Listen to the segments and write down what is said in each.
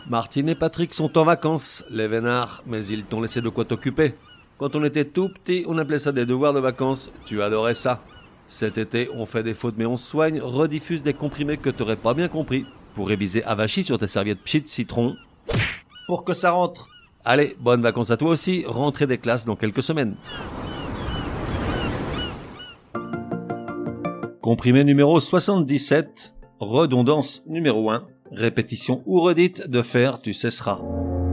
Martine et Patrick sont en vacances, les vénards, mais ils t'ont laissé de quoi t'occuper. Quand on était tout petit, on appelait ça des devoirs de vacances, tu adorais ça. Cet été, on fait des fautes mais on se soigne, rediffuse des comprimés que t'aurais pas bien compris, pour réviser avachi sur tes serviettes pchit citron, pour que ça rentre. Allez, bonnes vacances à toi aussi, rentrée des classes dans quelques semaines. Comprimé numéro 77, redondance numéro 1, répétition ou redite de faire tu cesseras.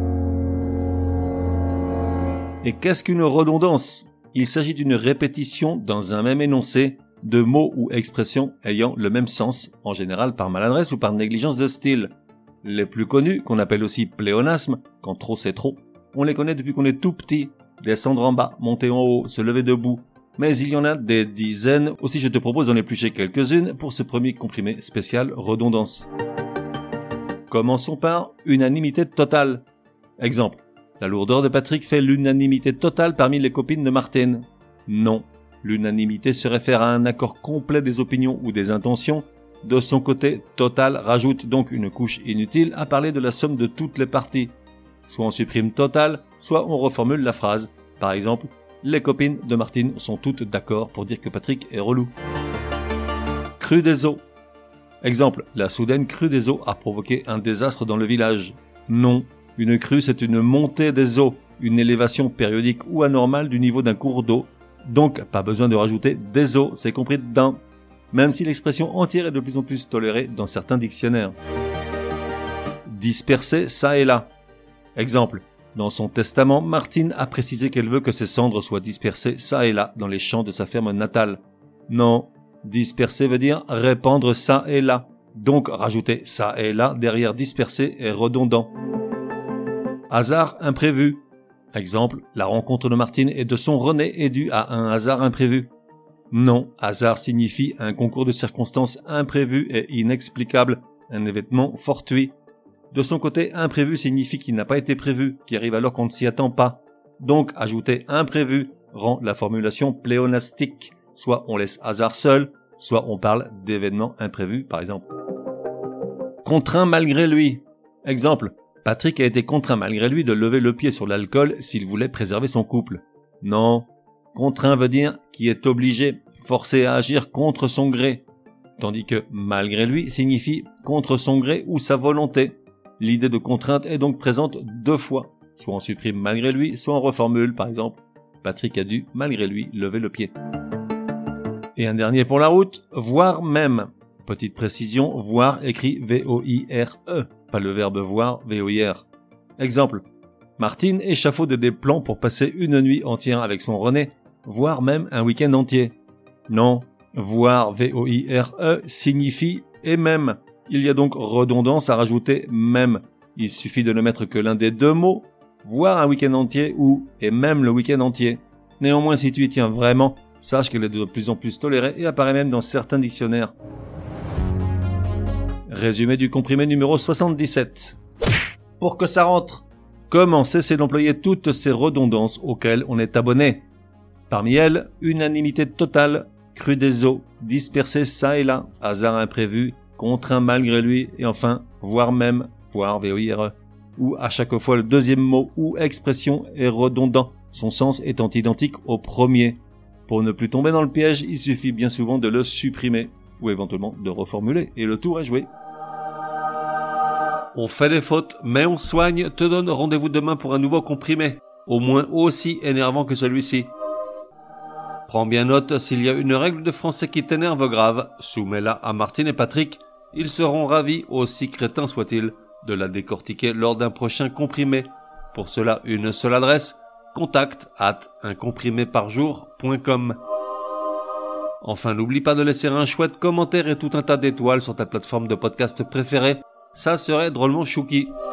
Et qu'est-ce qu'une redondance ? Il s'agit d'une répétition dans un même énoncé de mots ou expressions ayant le même sens, en général par maladresse ou par négligence de style. Les plus connus, qu'on appelle aussi pléonasmes, quand trop c'est trop, on les connaît depuis qu'on est tout petit. Descendre en bas, monter en haut, se lever debout. Mais il y en a des dizaines, aussi je te propose d'en éplucher quelques-unes pour ce premier comprimé spécial redondance. Commençons par unanimité totale. Exemple, la lourdeur de Patrick fait l'unanimité totale parmi les copines de Martine. Non, l'unanimité se réfère à un accord complet des opinions ou des intentions. De son côté, total rajoute donc une couche inutile à parler de la somme de toutes les parties. Soit on supprime total, soit on reformule la phrase. Par exemple, les copines de Martine sont toutes d'accord pour dire que Patrick est relou. Crue des eaux. Exemple, la soudaine crue des eaux a provoqué un désastre dans le village. Non, une crue c'est une montée des eaux, une élévation périodique ou anormale du niveau d'un cours d'eau. Donc, pas besoin de rajouter des eaux, c'est compris dedans. Même si l'expression entière est de plus en plus tolérée dans certains dictionnaires. Disperser ça et là. Exemple, dans son testament, Martine a précisé qu'elle veut que ses cendres soient dispersées ça et là dans les champs de sa ferme natale. Non, disperser veut dire répandre ça et là. Donc rajouter ça et là derrière disperser est redondant. Hasard imprévu. Exemple, la rencontre de Martine et de son René est due à un hasard imprévu. Non, hasard signifie un concours de circonstances imprévues et inexplicables, un événement fortuit. De son côté, imprévu signifie qu'il n'a pas été prévu, qui arrive alors qu'on ne s'y attend pas. Donc, ajouter imprévu rend la formulation pléonastique. Soit on laisse hasard seul, soit on parle d'événements imprévus, par exemple. Contraint malgré lui. Exemple, Patrick a été contraint malgré lui de lever le pied sur l'alcool s'il voulait préserver son couple. Non, contraint veut dire qui est obligé, forcé à agir contre son gré. Tandis que malgré lui signifie contre son gré ou sa volonté. L'idée de contrainte est donc présente deux fois. Soit on supprime malgré lui, soit on reformule, par exemple, Patrick a dû, malgré lui, lever le pied. Et un dernier pour la route, voire même. Petite précision, voir écrit V-O-I-R-E, pas le verbe voir, V-O-I-R. Exemple, Martine échafaude des plans pour passer une nuit entière avec son René, voire même un week-end entier. Non, voir V-O-I-R-E signifie et même. Il y a donc redondance à rajouter même. Il suffit de ne mettre que l'un des deux mots, voire un week-end entier ou et même le week-end entier. Néanmoins, si tu y tiens vraiment, sache qu'elle est de plus en plus tolérée et apparaît même dans certains dictionnaires. Résumé du comprimé numéro 77. Pour que ça rentre, comment cesser d'employer toutes ces redondances auxquelles on est abonné ? Parmi elles, unanimité totale, crue des eaux, disperser ça et là, hasard imprévu, contraint malgré lui, et enfin, voire même, voire V-O-I-R-E, où à chaque fois le deuxième mot ou expression est redondant, son sens étant identique au premier. Pour ne plus tomber dans le piège, il suffit bien souvent de le supprimer, ou éventuellement de reformuler, et le tour est joué. On fait des fautes, mais on soigne, te donne rendez-vous demain pour un nouveau comprimé, au moins aussi énervant que celui-ci. Prends bien note, s'il y a une règle de français qui t'énerve grave, soumets-la à Martine et Patrick. Ils seront ravis, aussi crétins soient-ils, de la décortiquer lors d'un prochain comprimé. Pour cela, une seule adresse, contact@uncompriméparjour.com. Enfin, n'oublie pas de laisser un chouette commentaire et tout un tas d'étoiles sur ta plateforme de podcast préférée. Ça serait drôlement chouki.